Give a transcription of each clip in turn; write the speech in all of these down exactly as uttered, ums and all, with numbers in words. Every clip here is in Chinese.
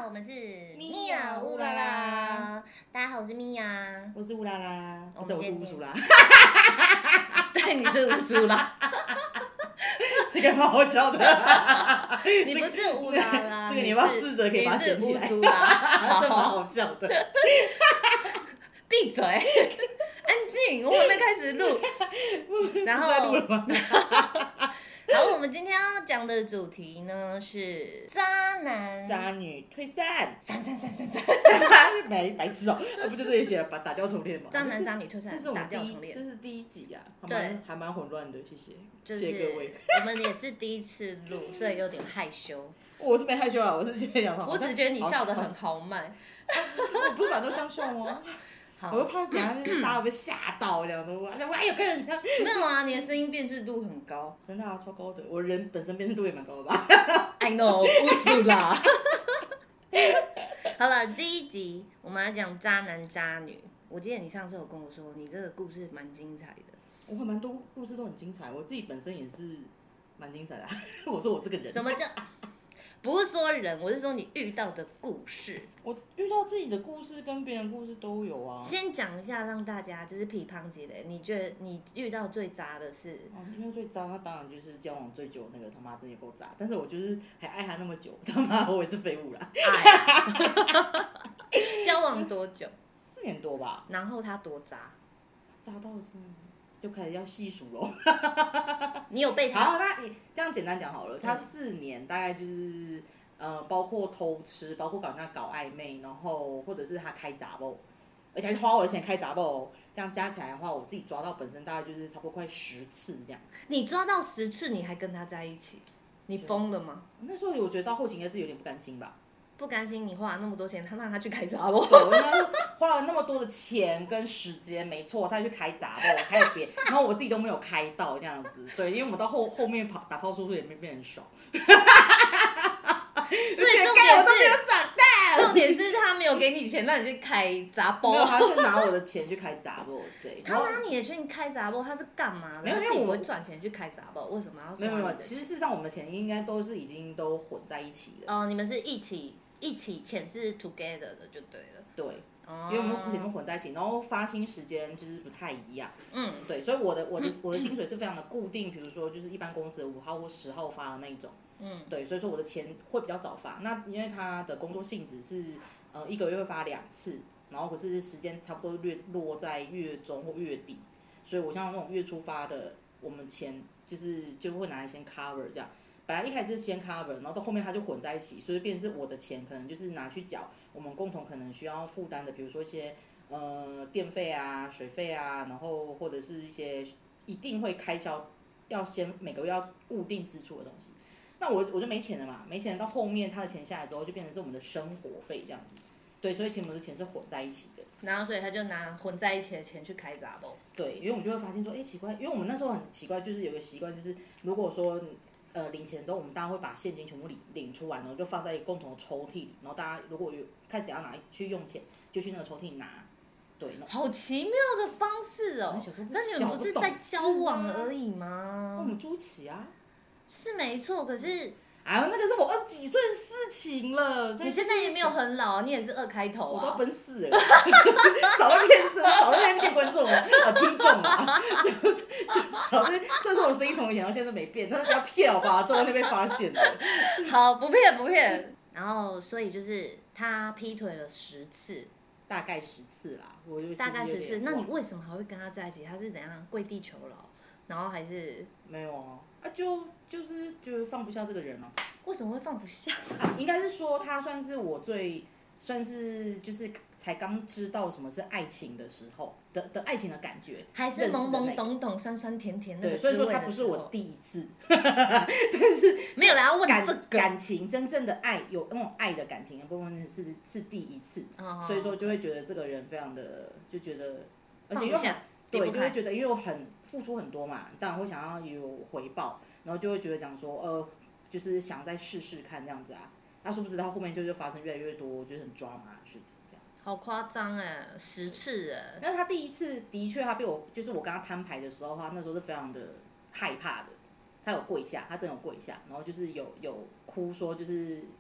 我们是米娅乌拉拉。 大家好，我是米娅， 我是乌拉拉， 我不是我是们今天乌苏拉。 对，你是乌苏拉， 这个蛮好笑的。 你不是乌拉拉， 这个你要不要试着可以把它捡起来？ 你是乌苏拉， 这蛮好笑的。 闭嘴，安静，我还没开始录。然后， 在录了吗？ 然后我们今天要讲的主题呢是渣男、 渣女退散， 散散散散散， 没白痴哦，不就这里写了把打掉重练吗？ 渣男渣女退散， 这是我打们第一， 掉重练。 这是第一集啊，还对蛮还蛮混乱的，谢谢， 就是谢谢各位。 我们也是第一次录，所以有点害羞。 我是没害羞啊，我是觉得讲说， 我只觉得你笑得很豪迈。 我不是本来都这样笑吗？ 好， 我就怕等下大家会被吓到，这样子。我还有个人这样。 没有啊，你的声音辨识度很高。 真的啊，超高的。我人本身辨识度也蛮高的吧。 I know，不输啦。好了，第一集我们来讲渣男渣女。我记得你上次有跟我说，你这个故事蛮精彩的。 我还蛮多故事都很精彩，我自己本身也是蛮精彩的、啊。我说我这个人。 什么叫？不是说人，我是说你遇到的故事。 我遇到自己的故事跟别人故事都有啊。 先讲一下，让大家就是批判级的。你觉得你遇到最渣的是？ 哦，因为最渣，那当然就是交往最久那个他妈真的够渣，但是我就是还爱他那么久，他妈我也是废物啦。 爱。交往多久？ 四年多吧。 然后他多渣？ 渣到真的就开始要细数喽。 你有被他？ 好，那你这样简单讲好了。他四年大概就是呃，包括偷吃，包括搞人家搞暧昧，然后或者是他开杂包，而且还是花我的钱开杂包，这样加起来的话，我自己抓到本身大概就是差不多快十次这样。 你抓到十次，你还跟他在一起？你疯了吗？ 那时候我觉得到后期应该是有点不甘心吧。 不甘心你花了那么多钱，他让他去开杂包。 对，我应该是花了那么多的钱跟时间，没错，他去开杂包，开了别，然后我自己都没有开到这样子。对，因为我们到后后面跑打炮数数也没变很少。 所以重点是，重点是他没有给你钱，让你去开杂包。 没有，他是拿我的钱去开杂包，对。 他拿你的钱开杂包，他是干嘛的？ 没有，因为他自己不会赚钱去开杂包，为什么要？ 没有没有，其实事实上我们的钱应该都是已经都混在一起了。 哦，你们是一起一起钱是 together 的就对了。 对。因为我们钱都混在一起，然后发薪时间就是不太一样。 嗯， 对，所以我的我的我的薪水是非常的固定，比如说就是一般公司的五号或十号发的那一种。嗯，对，所以说我的钱会比较早发。那因为他的工作性质是呃一个月会发两次，然后可是时间差不多略落在月中或月底，所以我像那种月初发的，我们钱就是就会拿来先 cover 这样。本来一开始是先 cover， 然后到后面它就混在一起，所以变成是我的钱可能就是拿去缴我们共同可能需要负担的，比如说一些呃电费啊、水费啊，然后或者是一些一定会开销要先每个月要固定支出的东西。那我我就没钱了嘛，没钱到后面他的钱下来之后，就变成是我们的生活费这样子。对，所以其实我们的钱是混在一起的。 然后所以他就拿混在一起的钱去开杂包。 对，因为我们就会发现说，哎，奇怪，因为我们那时候很奇怪，就是有个习惯，就是如果说呃领钱之后，我们大家会把现金全部领领出来，然后就放在一个共同的抽屉里，然后大家如果有开始要拿去用钱，就去那个抽屉拿。对， 好奇妙的方式哦。那你们不是在交往而已吗？ 我们住一起啊。 是没错，可是哎呦，那个是我二十几岁的事情了。 你现在也没有很老，你也是二开头啊。 我都奔四了，少在骗，少在骗观众啊，听众啊，少在，虽然说我声音从以前到现在都没变，但是不要骗好吧，这会被发现的。 好，不骗不骗。然后，所以就是他劈腿了十次， 大概十次啦，我就大概十次。那你为什么还会跟他在一起？他是怎样跪地求饶，然后还是没有啊？啊，就就是就是放不下这个人啊。 为什么会放不下？ 啊、应该是说他算是我最算是就是才刚知道什么是爱情的时候的的爱情的感觉， 还是懵懵懂懂、酸酸甜甜那个滋味的时候。对，所以说他不是我第一次，但是没有人要问这个感情真正的爱，有那种爱的感情的部分是是第一次，哦、所以说就会觉得这个人非常的就觉得，而且又很对，就会觉得因为我很付出很多嘛，当然会想要有回报，然后就会觉得讲说呃。就是想再试试看这样子啊，那殊不知他后面就是发生越来越多就是很抓马的事情这样。 好夸张哎，十次哎。 但是他第一次的确他被我就是我跟他摊牌的时候，他那时候是非常的害怕的，他有跪下，他真的有跪下，然后就是有有哭说就是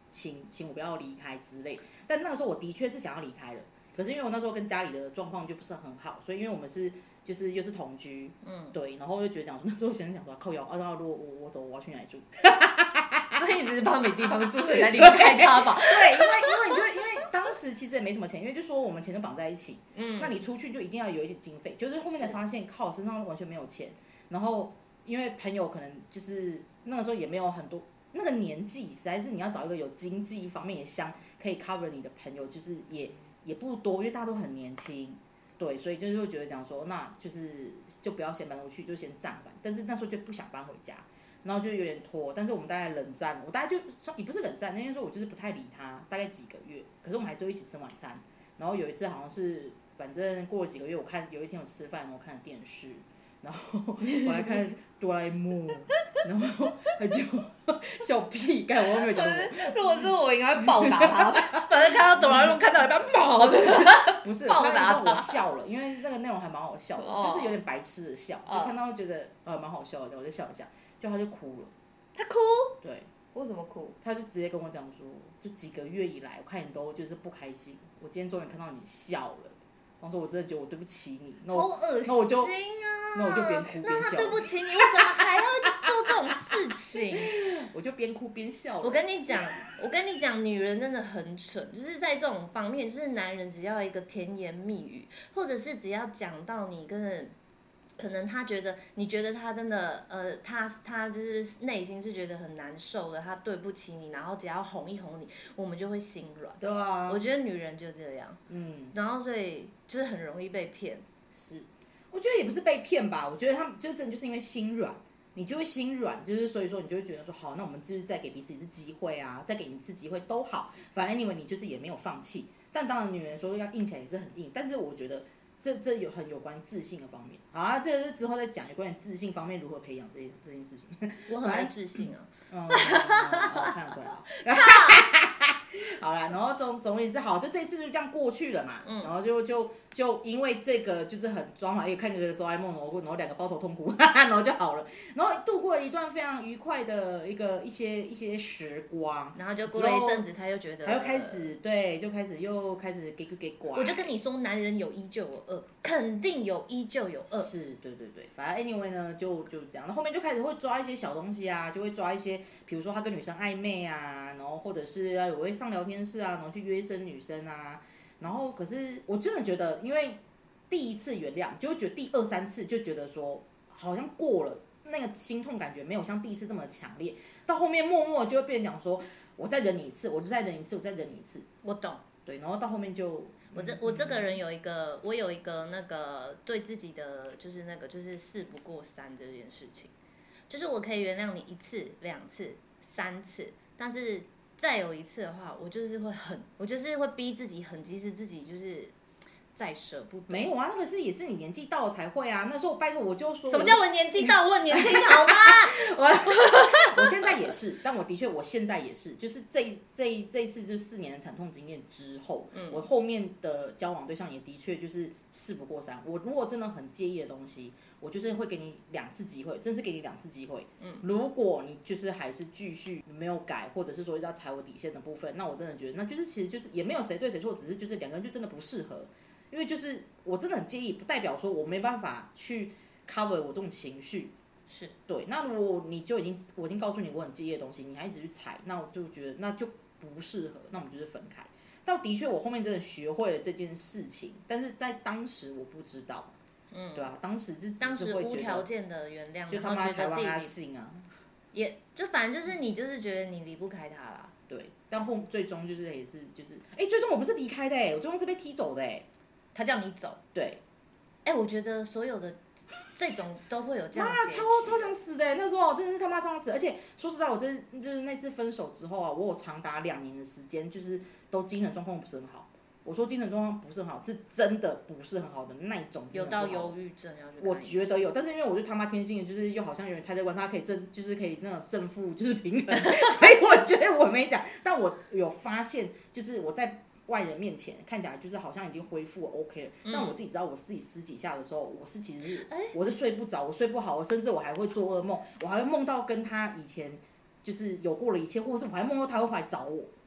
请请我不要离开之类。但那个时候我的确是想要离开了，可是因为我那时候跟家里的状况就不是很好，所以因为我们是就是又是同居，嗯，对，然后我就觉得讲说那时候想想说靠腰，啊，然后如果我我走我要去哪里住？ 所以你只是帮没地方住，所以才离不开他吧？ 对，因为因为你就因为当时其实也没什么钱，因为就说我们钱就绑在一起，嗯，那你出去就一定要有一点经费，就是后面才发现靠我身上完全没有钱，然后因为朋友可能就是那个时候也没有很多，那个年纪实在是你要找一个有经济方面也相可以 cover 你的朋友，就是也也不多，因为大家都很年轻。对，所以就是会觉得讲说，那就是就不要先搬过去，就先暂缓。但是那时候就不想搬回家，然后就有点拖。但是我们大概冷战，我大概就也不是冷战，那天说我就是不太理他，大概几个月。可是我们还是会一起吃晚餐。然后有一次好像是，反正过了几个月，我看有一天我吃饭，然后看了电视，然后我来看哆啦 A 梦，然后他就笑屁，干我都没有讲什么。 如果是我，应该会暴打他。反正看到哆啦 A 梦，看到一半毛的， 不是暴打他。 我笑了，因为那个内容还蛮好笑的，哦、就是有点白痴的笑，就看到觉得呃蛮好笑的，我就笑一下，就他就哭了。 他哭？ 对。 为什么哭？ 他就直接跟我讲说，就几个月以来，我看你都就是不开心，我今天终于看到你笑了。然后说我真的觉得我对不起你，那我好恶心啊！ 那我就那我就边哭边笑。 那他对不起你，为什么还要做这种事情？ 我就边哭边笑了。 我跟你讲，我跟你讲，女人真的很蠢，就是在这种方面，就是男人只要一个甜言蜜语，或者是只要讲到你跟人。可能他觉得，你觉得他真的，呃，他他就是内心是觉得很难受的，他对不起你，然后只要哄一哄你，我们就会心软。 对啊。 我觉得女人就这样，嗯，然后所以就是很容易被骗。 是，我觉得也不是被骗吧，我觉得他们就真的就是因为心软，你就会心软，就是所以说你就会觉得说，好，那我们就是再给彼此一次机会啊，再给你一次机会都好，反正 anyway 你就是也没有放弃。但当然女人说要硬起来也是很硬，但是我觉得。这这有很有关自信的方面，好啊，这是之后再讲有关于自信方面如何培养这这件事情。 我很没自信啊， 嗯，我看得出来了。好啦，然后总总也是好，就这次就这样过去了嘛，嗯、然后就就就因为这个就是很装嘛，也看这个哆啦 A 梦，然后然后两个抱头痛哭，然后就好了，然后度过了一段非常愉快的一个一些一些时光， 然后就过了一阵子，他又觉得， 他又开始对，就开始又开始给给拐。 我就跟你说，男人有一就有二，肯定有一就有二。 是，对对对，反正 anyway 呢，就就这样，那后面就开始会抓一些小东西啊，就会抓一些，比如说他跟女生暧昧啊，然后或者是啊，有会上聊天室啊，然后去约生女生啊，然后可是我真的觉得，因为第一次原谅，就会觉得第二三次就觉得说好像过了，那个心痛感觉没有像第一次这么强烈，到后面默默就会变成讲说，我再忍你一次，我就再忍一次，我再忍你一次。 我懂， 对，然后到后面就。 我这我这个人有一个，我有一个那个对自己的就是那个就是事不过三这件事情，就是我可以原谅你一次、两次、三次，但是再有一次的话，我就是会狠，我就是会逼自己狠，即使自己就是再舍不得。 没有啊，那个是也是你年纪到了才会啊。那时候拜托我就说， 什么叫我年纪到？我很年轻好吗？ 我我现在也是，但我的确我现在也是，就是这这这一次就是四年的惨痛经验之后，嗯、我后面的交往对象也的确就是事不过三。我如果真的很介意的东西，我就是会给你两次机会，真是给你两次机会。嗯，如果你就是还是继续没有改，或者是说要踩我底线的部分，那我真的觉得那就是其实就是也没有谁对谁错，只是就是两个人就真的不适合。因为就是我真的很介意，不代表说我没办法去 cover 我这种情绪， 是对。那如果你就已经我已经告诉你我很介意的东西，你还一直去踩，那我就觉得那就不适合，那我们就是分开。但的确我后面真的学会了这件事情，但是在当时我不知道，嗯，对啊，当时就当时无条件的原谅， 就他妈台湾阿信啊， 也就反正就是你就是觉得你离不开他啦， 对。但后最终就是也是就是，哎、欸，最终我不是离开的哎、欸，我最终是被踢走的哎、欸。 他叫你走， 对， 哎、欸，我觉得所有的这种都会有这样的结局， 妈超超想死的，那时候真的是他妈超想死，而且说实在，我这就是那次分手之后啊，我有长达两年的时间，就是都精神状况不是很好。我说精神状况不是很好，是真的不是很好的那一种， 有到忧郁症要去看。 我觉得有，但是因为我就他妈天性的，就是又好像有点太乐观，他可以正，就是可以那种正负就是平衡，所以我觉得我没讲，但我有发现，就是我在。外人面前看起来就是好像已经恢复 OK 了，嗯、但我自己知道我自己私底下的时候，我是其实是、欸、我是睡不着，我睡不好，甚至我还会做噩梦，我还会梦到跟他以前就是有过了一切，或者是我还梦到他会回来找我，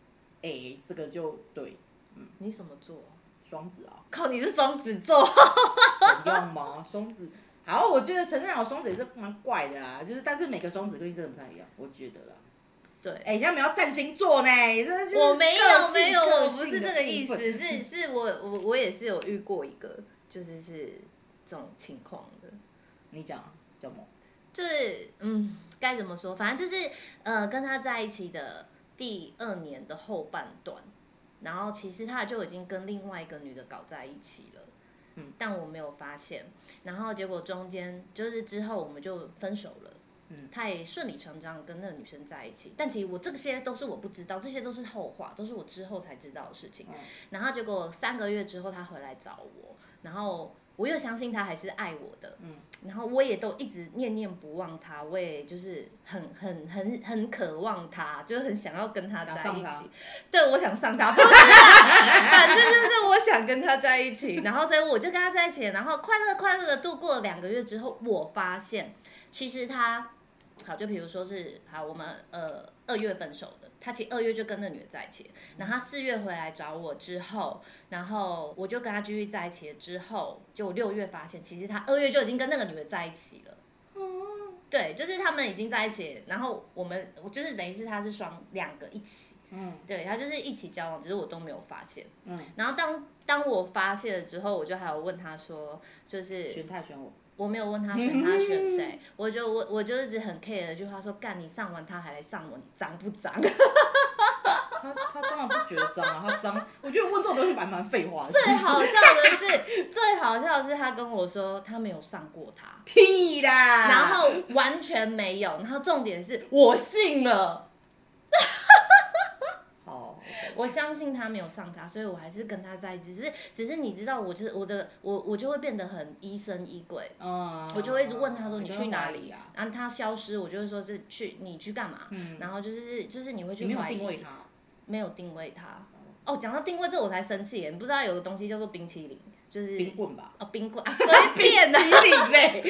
哎、欸，这个就对， 嗯，你什么座？ 双子啊。 靠，你是双子座， 怎样吗？双子。好，我觉得陈正豪双子也是蛮怪的啦，就是但是每个双子个性真的不太一样，我觉得啦。 对， 哎、欸，人家没有占星座呢，真的就是我没有没有，我不是这这个意思，是是我我我也是有遇过一个，就是是这种情况的。 你讲啊，叫什么？ 就是嗯，该怎么说？反正就是呃，跟他在一起的第二年的后半段，然后其实他就已经跟另外一个女的搞在一起了。嗯，但我没有发现，然后结果中间就是之后我们就分手了，嗯，他也顺理成章跟那个女生在一起，但其实我这些都是我不知道，这些都是后话，都是我之后才知道的事情。嗯、然后结果三个月之后他回来找我，然后我又相信他还是爱我的，嗯，然后我也都一直念念不忘他，我也就是很很很很渴望他，就是很想要跟他在一起。对，我想上他，不是啦，反正就是我想跟他在一起，然后所以我就跟他在一起，然后快乐快乐的度过了两个月之后，我发现其实他，好，就比如说是好，我们呃二月分手的。他其实二月就跟那女的在一起，然后他四月回来找我之后，然后我就跟他继续在一起了之后，就六月发现，其实他二月就已经跟那个女的在一起了。嗯，对，就是他们已经在一起，然后我们我就是等于是他是双两个一起，嗯，对，他就是一起交往，只是我都没有发现。嗯，然后当当我发现了之后，我就还有问他说，就是选他选我。 我没有问他选他选谁，我就我我就一直很 care 的一句话说，干你上完他还来上我，你脏不脏？ 他他当然不觉得脏啊，他脏。我觉得问这种东西蛮蛮废话的。 最好笑的是，最好笑的是他跟我说他没有上过他， 屁啦！ 然后完全没有，然后重点是我信了。我相信他没有上他，所以我还是跟他在一起。只是，只是你知道，我就是我的，我我就会变得很疑神疑鬼。嗯，我就会一直问他说：“你去哪里啊？”然后他消失，我就会说：“是去你去干嘛？”嗯，然后就是就是你会去怀疑。 没有定位他， 没有定位他。哦，讲到定位这我才生气耶！你不知道有个东西叫做冰淇淋，就是冰棍吧？ 哦，冰棍啊，随便的。 冰淇淋嘞，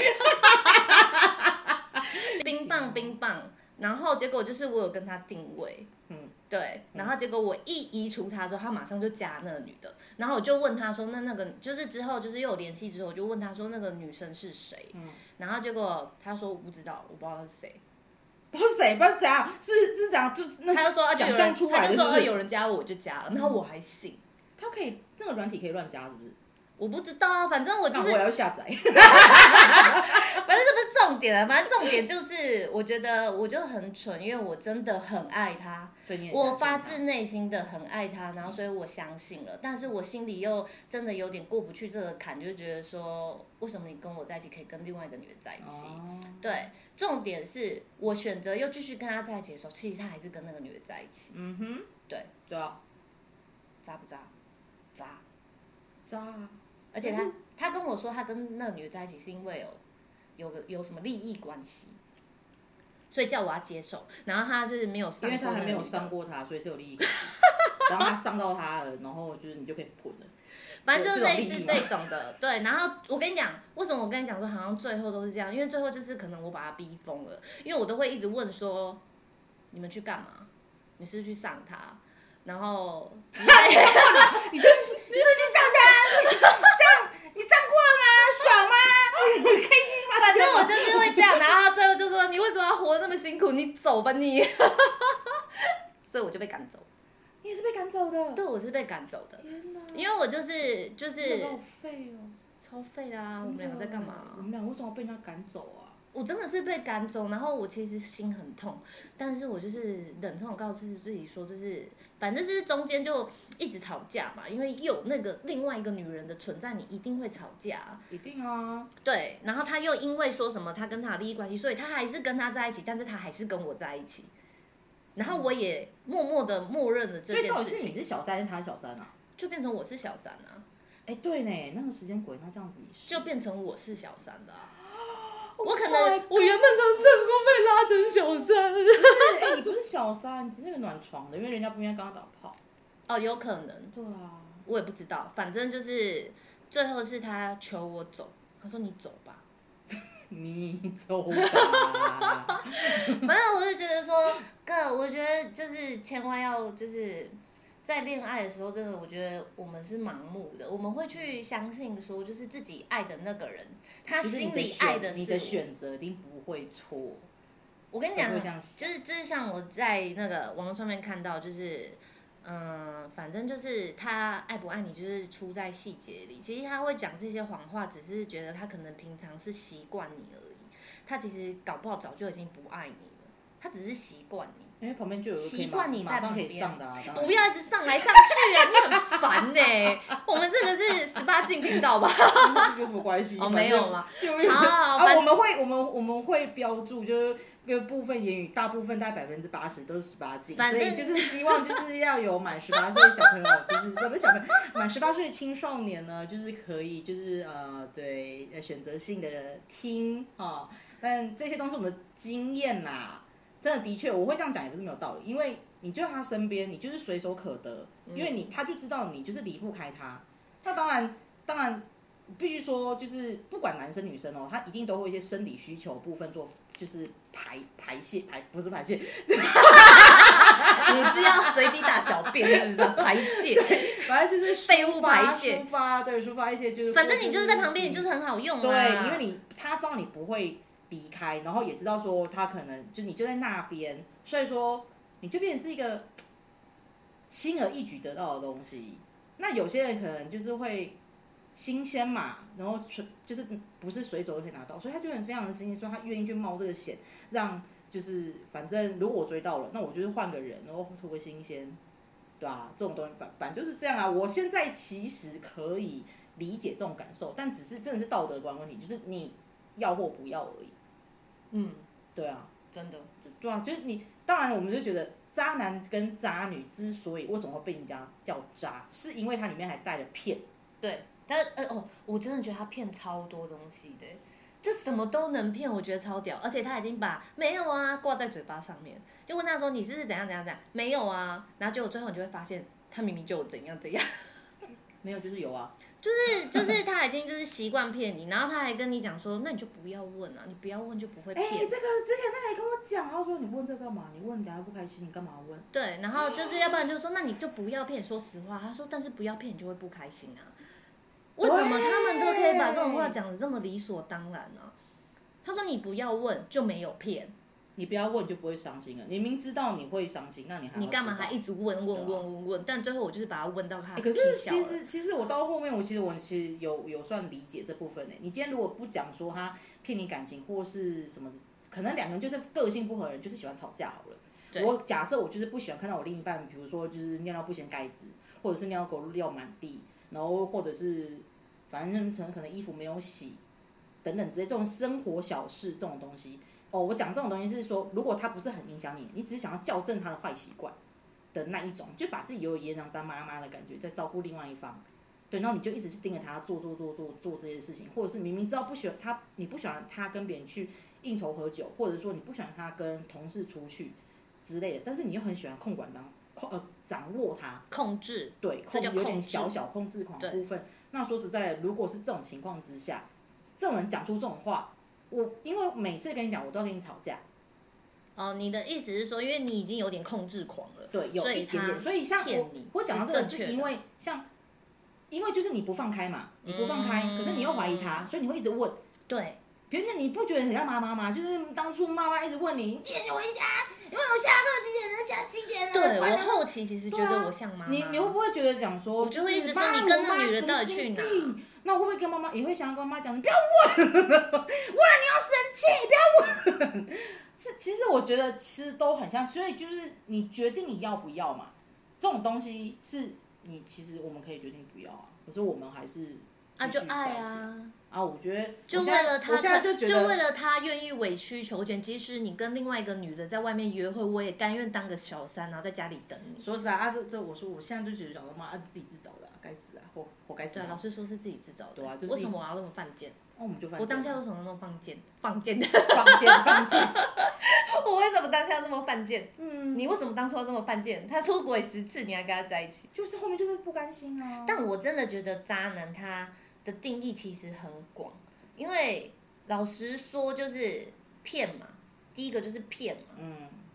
冰棒冰棒。然后结果就是我有跟他定位，嗯，对，然后结果我一移除他之后，他马上就加那个女的，然后我就问他说，那那个就是之后就是又有联系之后，我就问他说那个女生是谁，嗯，然后结果他说我不知道，我不知道是谁， 不是谁，不是怎样，是是怎样，就那他就说想象出来的， 他就说有人加我我就加了，然后我还信， 他可以那个软体可以乱加是不是？ 我不知道啊，反正我就是我要下载。 反正这不是重点啊，反正重点就是我觉得我就很蠢，因为我真的很爱他，我发自内心的很爱他，然后所以我相信了，但是我心里又真的有点过不去这个坎，就觉得说为什么你跟我在一起可以跟另外一个女人在一起？哦、对，重点是我选择又继续跟他在一起的时候，其实他还是跟那个女人在一起。嗯哼，对， 对啊， 渣不渣？渣， 渣啊！ 而且他他跟我说，他跟那个女的在一起是因为有有个有什么利益关系，所以叫我要接受。然后他是没有上过， 因为他还没有上过他，所以是有利益关系。然后他上到他了，然后就是你就可以滚了。 反正就是类似这种的，对。然后我跟你讲，为什么我跟你讲说好像最后都是这样？因为最后就是可能我把他逼疯了，因为我都会一直问说，你们去干嘛？你是不是去上他？然后你就你是你去上他？上你上过吗？爽吗？开心吗？ 反正我就是会这样，然后他最后就说你为什么要活那么辛苦？你走吧你。所以我就被赶走。 你也是被赶走的？ 对，我是被赶走的。 天哪！ 因为我就是就是。 好废哦。 超废啊！我们俩在干嘛？ 我们俩为什么被人家赶走啊？ 我真的是被赶走，然后我其实心很痛，但是我就是忍痛告诉自己说，就是反正就是中间就一直吵架嘛，因为有那个另外一个女人的存在，你一定会吵架。 一定啊。 对，然后他又因为说什么他跟他的利益关系，所以他还是跟他在一起，但是他还是跟我在一起，然后我也默默的默认了这件事情。 所以到底是你是小三，他是小三啊？ 就变成我是小三啊。 哎，对呢，那个时间鬼，那这样子也是。 就变成我是小三的啊。我可能我原本从正宫被拉成小三， 不是？哎，你不是小三，你只是那个暖床的，因为人家不应该跟他打炮。 哦，有可能。 对啊， 我也不知道，反正就是最后是他求我走，他说你走吧， 你走吧。 反正我就觉得说，哥，我觉得就是千万要就是在恋爱的时候，真的我觉得我们是盲目的，我们会去相信说，就是自己爱的那个人，他心里爱的是你的选择一定不会错。 我跟你讲，就是就是像我在那个网络上面看到，就是。嗯，反正就是他爱不爱你，就是出在细节里。其实他会讲这些谎话，只是觉得他可能平常是习惯你而已。他其实搞不好早就已经不爱你了，他只是习惯你。 因为旁边就有习惯你在旁边， 不要一直上来上去啊！你很烦呢、欸。我们这个是十八禁频道吧？ 有什么关系？ 哦，没有吗？ 好，啊，我们会我们我们会标注，就是有部分言语，大部分大概百分之八十都是十八禁，所以就是希望就是要有满十八岁的小朋友，就是什么小朋友，满十八岁的青少年呢，就是可以就是呃对选择性的听啊、哦，但这些都是我们的经验啦。真的的确，我会这样讲也不是没有道理，因为你就在他身边，你就是随手可得，因为你他就知道你就是离不开他。那当然，当然必须说，就是不管男生女生哦，他一定都会一些生理需求部分做，就是排排泄排不是排泄， 你是要随地大小便是不是？排泄， 反正就是废物排泄， 抒发对抒发一些就是， 反正你就是在旁边，你就是很好用啊。 对，因为你他知道你不会离开，然后也知道说他可能就你就在那边，所以说你就变成是一个轻而易举得到的东西。那有些人可能就是会新鲜嘛，然后就是不是随手就可以拿到，所以他就很非常的新鲜，所以他愿意去冒这个险，让就是反正如果我追到了，那我就是换个人，然后图个新鲜，对啊，这种东西反反正就是这样啊。我现在其实可以理解这种感受，但只是真的是道德观问题，就是你要或不要而已。嗯，对啊， 真的， 对啊，就是你，当然我们就觉得渣男跟渣女之所以为什么会被人家叫渣，是因为它里面还带了骗。 对，但呃哦，我真的觉得他骗超多东西的，就什么都能骗，我觉得超屌，而且他已经把没有啊挂在嘴巴上面，就问他说你是怎样怎样怎样，没有啊，然后结果最后你就会发现他明明就有怎样怎样， 没有就是有啊。 就是就是他已经就是习惯骗你，然后他还跟你讲说，那你就不要问啊，你不要问就不会骗。 哎、欸，这个之前那个跟我讲，他说你问这干嘛？你问人家不开心，你干嘛问？ 对，然后就是要不然就说，那你就不要骗。说实话，他说，但是不要骗，你就会不开心啊。为什么他们都可以把这种话讲得这么理所当然呢、啊？他说你不要问就没有骗。 你不要问就不会伤心了。你明知道你会伤心，那你还你干嘛还一直问问问问问？但最后我就是把它问到他、欸。 可是其实其实我到后面，我其实我其实有有算理解这部分呢。你今天如果不讲说他骗你感情或是什么，可能两个人就是个性不合的人，就是喜欢吵架好了。我假设我就是不喜欢看到我另一半，比如说就是尿尿不掀盖子，或者是尿狗尿满地，然后或者是反正可能可能衣服没有洗等等之类这种生活小事这种东西。哦，我讲这种东西是说，如果他不是很影响你，你只是想要校正他的坏习惯的那一种，就把自己有点当妈妈的感觉，在照顾另外一方，对，然后你就一直去盯着他做做做做做这些事情，或者是明明知道不喜欢他，你不喜欢他跟别人去应酬喝酒，或者说你不喜欢他跟同事出去之类的，但是你又很喜欢控管当控呃掌握他， 控制， 对，控有点小小控制狂的部分。那说实在的，如果是这种情况之下，这种人讲出这种话。我因为每次跟你讲，我都要跟你吵架。 哦，你的意思是说，因为你已经有点控制狂了， 对，有一点点。所以像我，我讲到这个是因为像，因为就是你不放开嘛，你不放开，嗯、可是你又怀疑他，所以你会一直问。 对， 比如那你不觉得很像妈妈吗？就是当初妈妈一直问你，你几点就回家？因为我下课几点了？下七点了。 对，我后期其实觉得我像妈妈。 你你会不会觉得讲说， 我就会一直说你跟那女人到底去哪？ 那我会不会跟妈妈也会想要跟妈妈讲，你不要问，问了你要生气，不要问。是，其实我觉得其实都很像，所以就是你决定你要不要嘛，这种东西是你其实我们可以决定不要啊，可是我们还是啊就爱啊啊，我觉得就为了他， 我现在就觉得就为了他愿意委曲求全，即使你跟另外一个女的在外面约会，我也甘愿当个小三，然后在家里等你。 说实在啊，这这我说我现在就觉得讲说妈，啊自己自找的、啊，该死啊，活活该死、啊。 对，老师说是自己自找的， 对啊，就是、 为什么我要那么犯贱？ 哦，我们就犯贱。 我当下为什么那么犯贱？犯贱， 犯贱，犯贱。 我为什么当下那么犯贱？嗯，你为什么当初要这么犯贱？他出轨十次，你还跟他在一起？ 就是后面就是不甘心啊。 但我真的觉得渣男他的定义其实很广，因为老实说就是骗嘛，第一个就是骗嘛，嗯，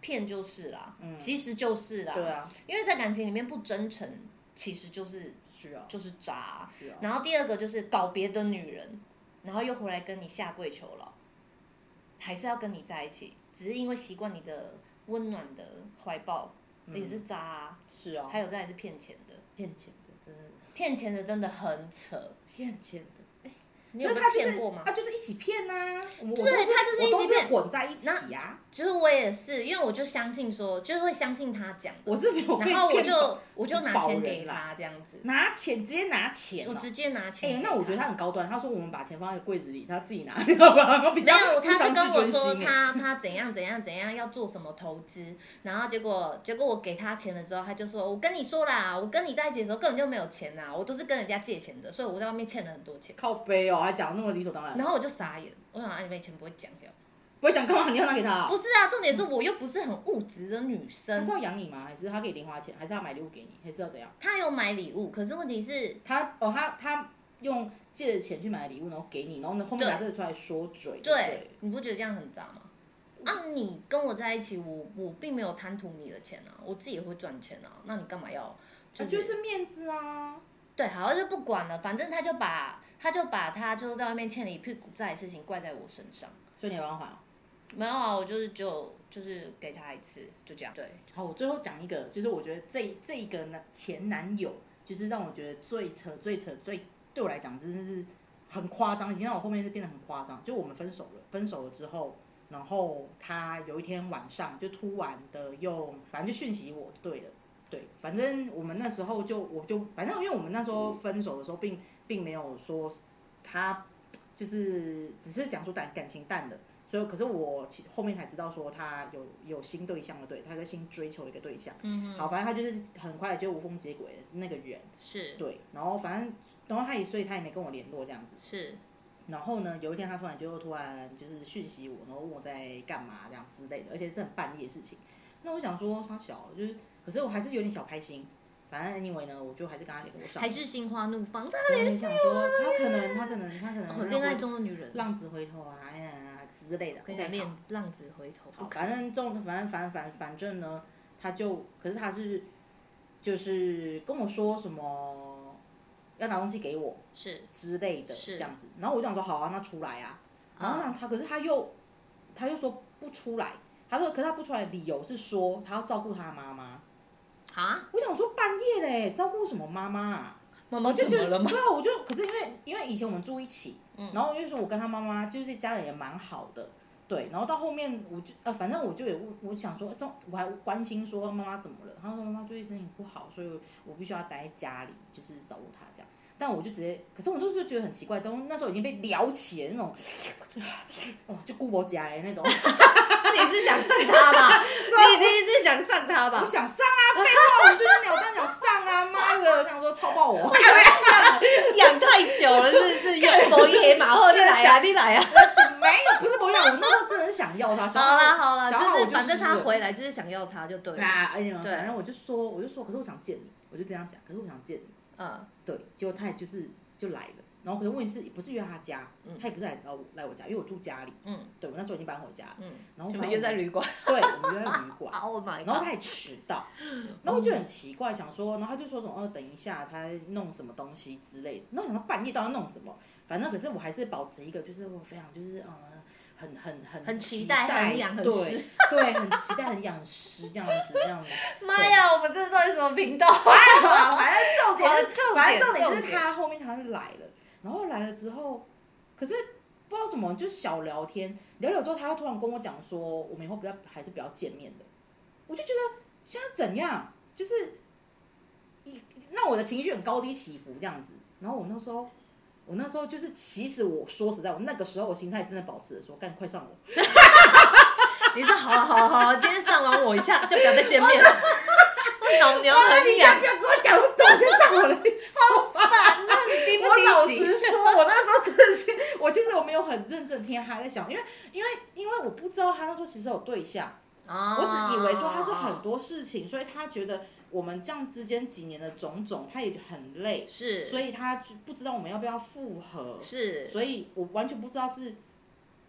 骗就是啦，嗯，其实就是啦， 对啊， 因为在感情里面不真诚，其实就是是啊， 就是渣、啊， 是啊。 然后第二个就是搞别的女人，然后又回来跟你下跪求饶，还是要跟你在一起，只是因为习惯你的温暖的怀抱，嗯、也是渣、啊， 是啊。 还有再来是骗钱的， 骗钱的真的， 骗钱的真的很扯， 骗钱的。 你有被骗过吗？ 他就是一起骗呐、啊， 对，他就是一起骗， 混在一起啊。 就是我也是，因为我就相信说，就是会相信他讲， 我是没有被骗， 然后我就我就拿钱给他这样子， 拿钱直接拿钱、 喔，我直接拿钱。 哎、欸，那我觉得他很高端，他说我们把钱放在柜子里，他自己拿，你知道吧？比较没有，他是跟我说欸他他怎样怎样怎样要做什么投资，然后结果结果我给他钱了之后，他就说，我跟你说啦，我跟你在一起的时候根本就没有钱呐，我都是跟人家借钱的，所以我在外面欠了很多钱。 靠背哦，还讲那么理所当然。 然后我就傻眼，我想啊，你没钱不会讲掉， 不会讲干嘛？你要拿给他、哦？ 不是啊，重点是我又不是很物质的女生。 他是要养你吗？还是他可以零花钱？还是要买礼物给你？还是要怎样？ 他有买礼物，可是问题是， 他哦，他他用借的钱去买礼物，然后给你，然后呢后面拿这个出来说嘴。 对， 对你不觉得这样很渣吗？啊，你跟我在一起，我我并没有贪图你的钱啊，我自己也会赚钱啊，那你干嘛要？ 就是、啊、就是面子啊。 对，好，就不管了，反正他就把他就把他就是在外面欠了一屁股债的事情怪在我身上。 所以你有办法还？ 没有啊，我就是就就是给他一次，就这样。对， 好，我最后讲一个，就是我觉得这这个呢前男友，就是让我觉得最扯、最扯、最对我来讲真的是很夸张，已经让我后面是变得很夸张。就我们分手了，分手了之后，然后他有一天晚上就突然的用，反正就讯息我，对了。对，反正我们那时候就我就反正因为我们那时候分手的时候并并没有说他就是只是讲说感感情淡了，所以可是我后面才知道说他有有新对象了，对，他在新追求一个对象，嗯好，反正他就是很快就无缝接轨的那个人， 是对，然后反正然后他也所以他也没跟我联络这样子， 是， 然后呢有一天他突然就突然就是讯息我，然后问我在干嘛这样之类的，而且是很半夜的事情，那我想说傻小就是。可是我还是有点小开心，反正 anyway 呢，我就还是跟他联络上。 还是心花怒放，他联系我。想说他可能，他可能，他可能。 很恋爱中的女人。 浪子回头啊，哎呀之类的。 跟你练浪子回头。 好，反正中，反正反反反正呢，他就，可是他是，就是跟我说什么，要拿东西给我， 是之类的这样子。然后我就想说好啊，那出来啊。然后呢，他可是他又，他又说不出来。他说，可是他不出来的理由是说他要照顾他妈妈。 啊！ 我想说半夜嘞，照顾什么妈妈啊？ 妈妈怎么了吗？ 对啊，我就可是因为因为以前我们住一起，嗯、然后因为说我跟他妈妈就是家人也蛮好的，对，然后到后面我就呃反正我就有我想说，这我还关心说妈妈怎么了，他说妈妈最近身体不好，所以我必须要待在家里，就是照顾她这样。但我就直接，可是我那时候觉得很奇怪，都那时候已经被撩起了那种，哦，就顾伯家的那种。 你是想上他吧？你已经是想上他吧？ 我想上啊，废话，我就是鸟蛋想上啊，妈的，我想说超爆我。 养太久了，是不是？有摩耶马后你来啊，你来啊。 没有，不是不要，我那时候真的是想要他。 好啦好啦， 就是反正他回来就是想要他就对了。 啊，哎呀，反正我就说，我就说，可是我想见你，我就这样讲，可是我想见你。嗯，对，结果他也就是就来了，然后可是问题是不是约他家，嗯、他也不是来来我家，因为我住家里，嗯，对我那时候已经搬回家，嗯，然后我们约在旅馆， 对，我们约在旅馆 ，Oh my god， 然后他也迟到，然后我就很奇怪，想说，然后他就说什么哦，等一下他弄什么东西之类的，然后想到半夜到底弄什么，反正可是我还是保持一个就是我非常就是呃。很很很很期待，很痒，很湿， 对，很期待，很痒，很湿这样子，这样子。 妈呀，我们这到底什么频道？ 反正重点，反正重点就是他后面他就来了，然后来了之后，可是不知道什么，就小聊天，聊聊之后，他又突然跟我讲说，我们以后不要，还是不要见面的。我就觉得现在怎样，就是让我的情绪很高低起伏这样子。然后我那时候。我那时候就是，其实我说实在，我那个时候我心态真的保持着说，干快上我。 你说好了好了好了，今天上完我一下就不要再见面了。老娘很痒， 不要跟我讲，我先上我的。 好烦啊！你低不低级？ 我老实说，我那时候真的是，我其实我没有很认真听他在想，因为因为因为我不知道他那时候其实有对象，哦、我只以为说他是很多事情，所以他觉得。我们这样之间几年的种种，他也很累， 是， 所以他不知道我们要不要复合， 是， 所以我完全不知道是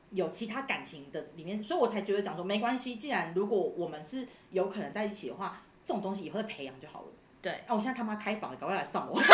有其他感情的里面，所以我才觉得讲说没关系，既然如果我们是有可能在一起的话，这种东西以后再培养就好了。 对， 啊，我现在他妈开房了，赶快来上我。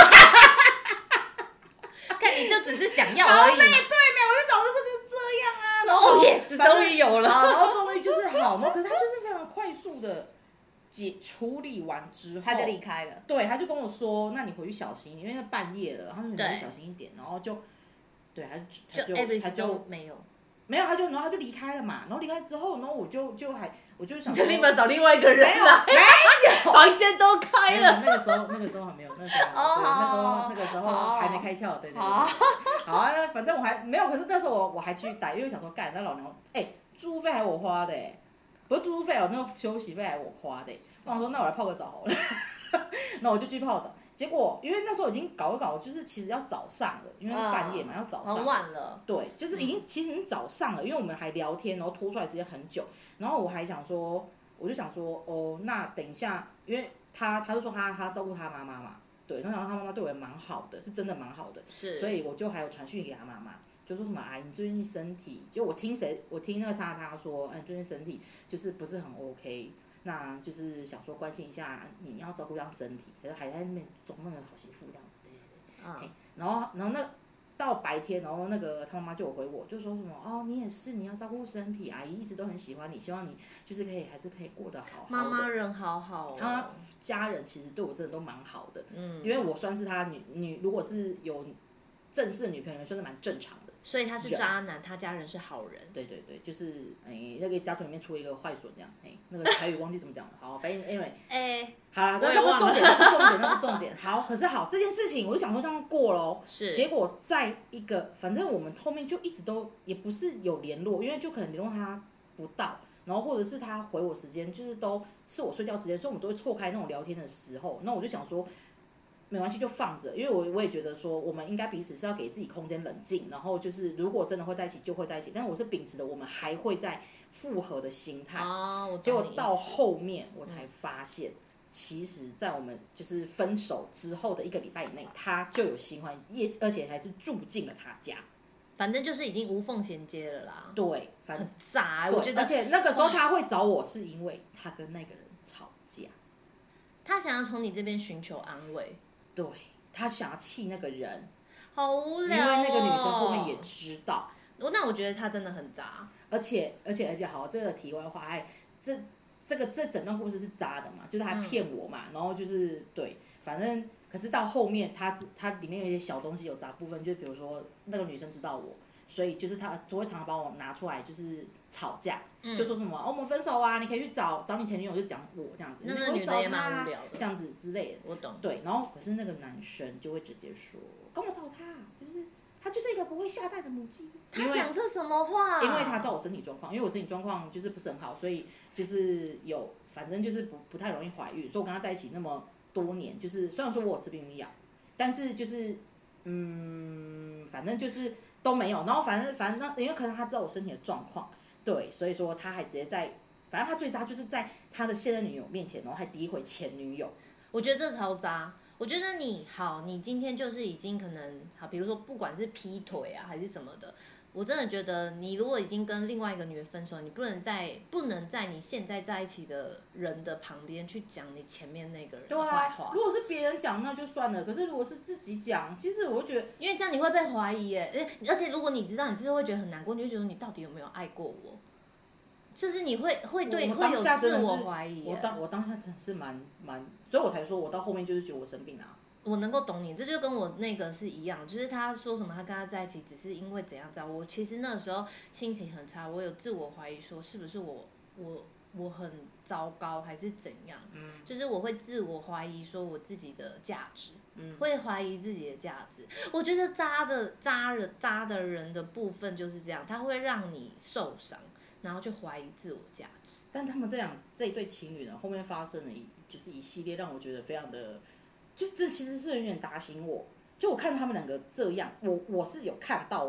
看你就只是想要而已嘛。 对，没有，我在找的时候就是这样啊。然后 yes， 终于有了， 然后终于就是好嘛，可是他就是非常快速的解处理完之后， 他就离开了。 对，他就跟我说：“那你回去小心一点，因为半夜了。”他说：“你回去小心一点。”然后就，对，他就他就他就没有。 没有，他就然后他就离开了嘛。然后离开之后，然后我就就还我就想说， 就立马找另外一个人来，没有， 房间都开了。 那个时候那个时候还没有，那时候、oh, 对，那时候那个时候还没开窍，对对对。好, 好啊，反正我还没有，可是那时候我我还去打，因为想说干那老娘，哎、欸，住宿费还是我花的、欸，不是住宿费哦，那个休息费还是我花的、欸。我想说那我来泡个澡好了，那我就去泡澡。结果因为那时候已经搞一搞，就是其实要早上了，因为半夜嘛，要早上， 很晚了。 对，就是已经、嗯、其实已经早上了，因为我们还聊天，然后拖出来时间很久，然后我还想说，我就想说，哦，那等一下，因为他他就说他他照顾他妈妈嘛，对，然后他妈妈对我也蛮好的，是真的蛮好的， 是， 所以我就还有传讯给他妈妈，就说什么哎，你最近身体，就我听谁，我听那个叉叉说，嗯，最近身体就是不是很 OK。那就是想说关心一下，你要照顾这样身体，可是还在那边装那个好媳妇这样，对对对。嗯、然后然后那到白天，然后那个他妈妈就有回我，就说什么哦，你也是，你要照顾身体，阿姨一直都很喜欢你，希望你就是可以还是可以过得好好的。 妈妈人好好、哦， 他家人其实对我真的都蛮好的，嗯，因为我算是他女女，如果是有正式的女朋友，算是蛮正常的。 所以他是渣男，他家人是好人。 对对对，就是哎、欸，那个家族里面出了一个坏笋这样，哎、欸，那个台语忘记怎么讲了。好，反正 anyway， 哎、欸，好啦，那不是重点，那不是重点，那不是重点。好，可是好这件事情，我就想说这样过咯。 是。 结果在一个，反正我们后面就一直都也不是有联络，因为就可能联络他不到，然后或者是他回我时间，就是都是我睡觉时间，所以我们都会错开那种聊天的时候。那我就想说。没关系，就放着，因为我我也觉得说，我们应该彼此是要给自己空间冷静，然后就是如果真的会在一起，就会在一起。但是我是秉持的，我们还会在复合的心态。 哦，我结果到后面我才发现，嗯、其实，在我们就是分手之后的一个礼拜以内，他就有新欢，也而且还是住进了他家。 反正就是已经无缝衔接了啦。 对，反正很渣，我觉得。 而且那个时候他会找我，是因为他跟那个人吵架， 他想要从你这边寻求安慰。 对，他想要气那个人， 好无聊、哦。 因为那个女生后面也知道。 那我觉得他真的很渣。 而且而且而且好，这个题外话，哎，这这个这整段故事是渣的嘛，就是他骗我嘛，嗯、然后就是对，反正可是到后面他他里面有一些小东西有渣部分，就比如说那个女生知道我。所以就是他就会常常把我拿出来，就是吵架，嗯、就说什么哦，我们分手啊，你可以去找找你前女友，就讲我这样子， 那个女的也蛮无聊的， 这样子之类的。 我懂。 对，然后可是那个男生就会直接说，跟我找他，就是他就是一个不会下蛋的母鸡。 他讲这什么话？ 因为他知道我身体状况，因为我身体状况就是不是很好，所以就是有，反正就是不不太容易怀孕，所以我跟他在一起那么多年，就是虽然说我有吃避孕药，但是就是嗯，反正就是。都没有，然后反正反正因为可能他知道我身体的状况，对，所以说他还直接在，反正他最渣就是在他的现任女友面前，然后还诋毁前女友。 我觉得这超渣。我觉得你好，你今天就是已经可能好，比如说不管是劈腿啊还是什么的，我真的觉得你如果已经跟另外一个女人分手，你不能在不能在你现在在一起的人的旁边去讲你前面那个人的坏话。 对啊，如果是别人讲那就算了，可是如果是自己讲，其实我会觉得， 因为这样你会被怀疑耶，而且如果你知道，你是会觉得很难过，你就觉得你到底有没有爱过我，就是你会会对会有自我怀疑。 我当我当下真的是蛮蛮，所以我才说我到后面就是觉得我生病啊。 我能够懂你，这就跟我那个是一样，就是他说什么他跟他在一起只是因为怎样怎样，我其实那时候心情很差，我有自我怀疑说是不是我我我很糟糕还是怎样，嗯，就是我会自我怀疑说我自己的价值，嗯，会怀疑自己的价值。我觉得渣的渣人渣的人的部分就是这样，他会让你受伤，然后就怀疑自我价值。 但他们这两这一对情侣呢，后面发生了一就是一系列让我觉得非常的。就是这其实是有点打醒我，就我看他们两个这样，我我是有看到哦，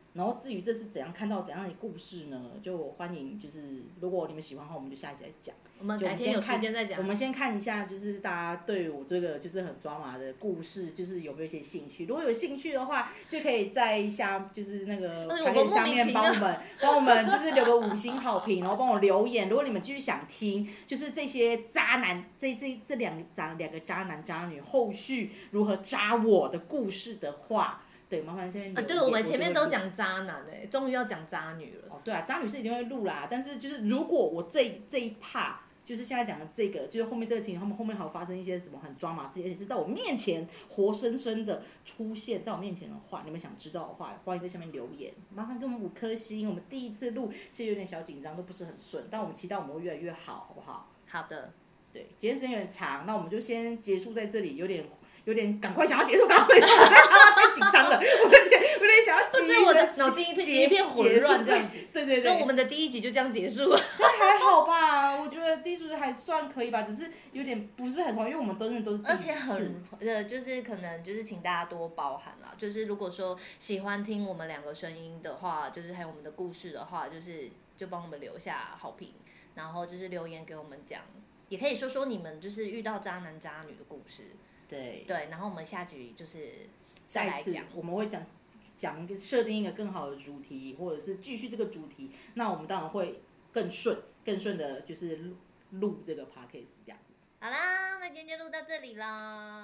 然后至于这是怎样看到怎样的故事呢？就欢迎，就是如果你们喜欢的话，我们就下一集再讲。 我们改天有时间再讲。 我们先看一下，就是大家对我这个就是很抓马的故事，就是有没有一些兴趣？如果有兴趣的话，就可以在下就是那个排列下面帮我们帮我们就是留个五星好评，然后帮我留言。如果你们继续想听，就是这些渣男这这这两渣两个渣男渣女后续如何渣我的故事的话。对，麻烦下面留言。 啊，对，我们前面都讲渣男哎、欸，终于要讲渣女了。 哦，对啊，渣女是一定会录啦，但是就是如果我这这一 part 就是现在讲的这个，就是后面这个情景，他们后面还有发生一些什么很抓马事情，而且是在我面前活生生的出现在我面前的话，你们想知道的话，欢迎在下面留言，麻烦给我们五颗星。我们第一次录，其实有点小紧张，都不是很顺，但我们期待我们会越来越好，好不好？ 好的。 对，今天时间有点长，那我们就先结束在这里，有点。有点赶快想要结束，赶快，我太紧张了，我有点有点想要急于我的脑筋一片混乱这样子。 对对对， 就我们的第一集就这样结束了。 这还好吧？我觉得第一集还算可以吧，只是有点不是很熟，因为我们都是都是第一次。 而且很呃，就是可能就是请大家多包涵啦。就是如果说喜欢听我们两个声音的话，就是还有我们的故事的话，就是就帮我们留下好评，然后就是留言给我们讲，也可以说说你们就是遇到渣男渣女的故事。 对对，然后我们下集就是再来讲， 我们会讲讲一个设定一个更好的主题，或者是继续这个主题，那我们当然会更顺、更顺的，就是录录这个 podcast 这样子。 好啦，那今天就录到这里啦。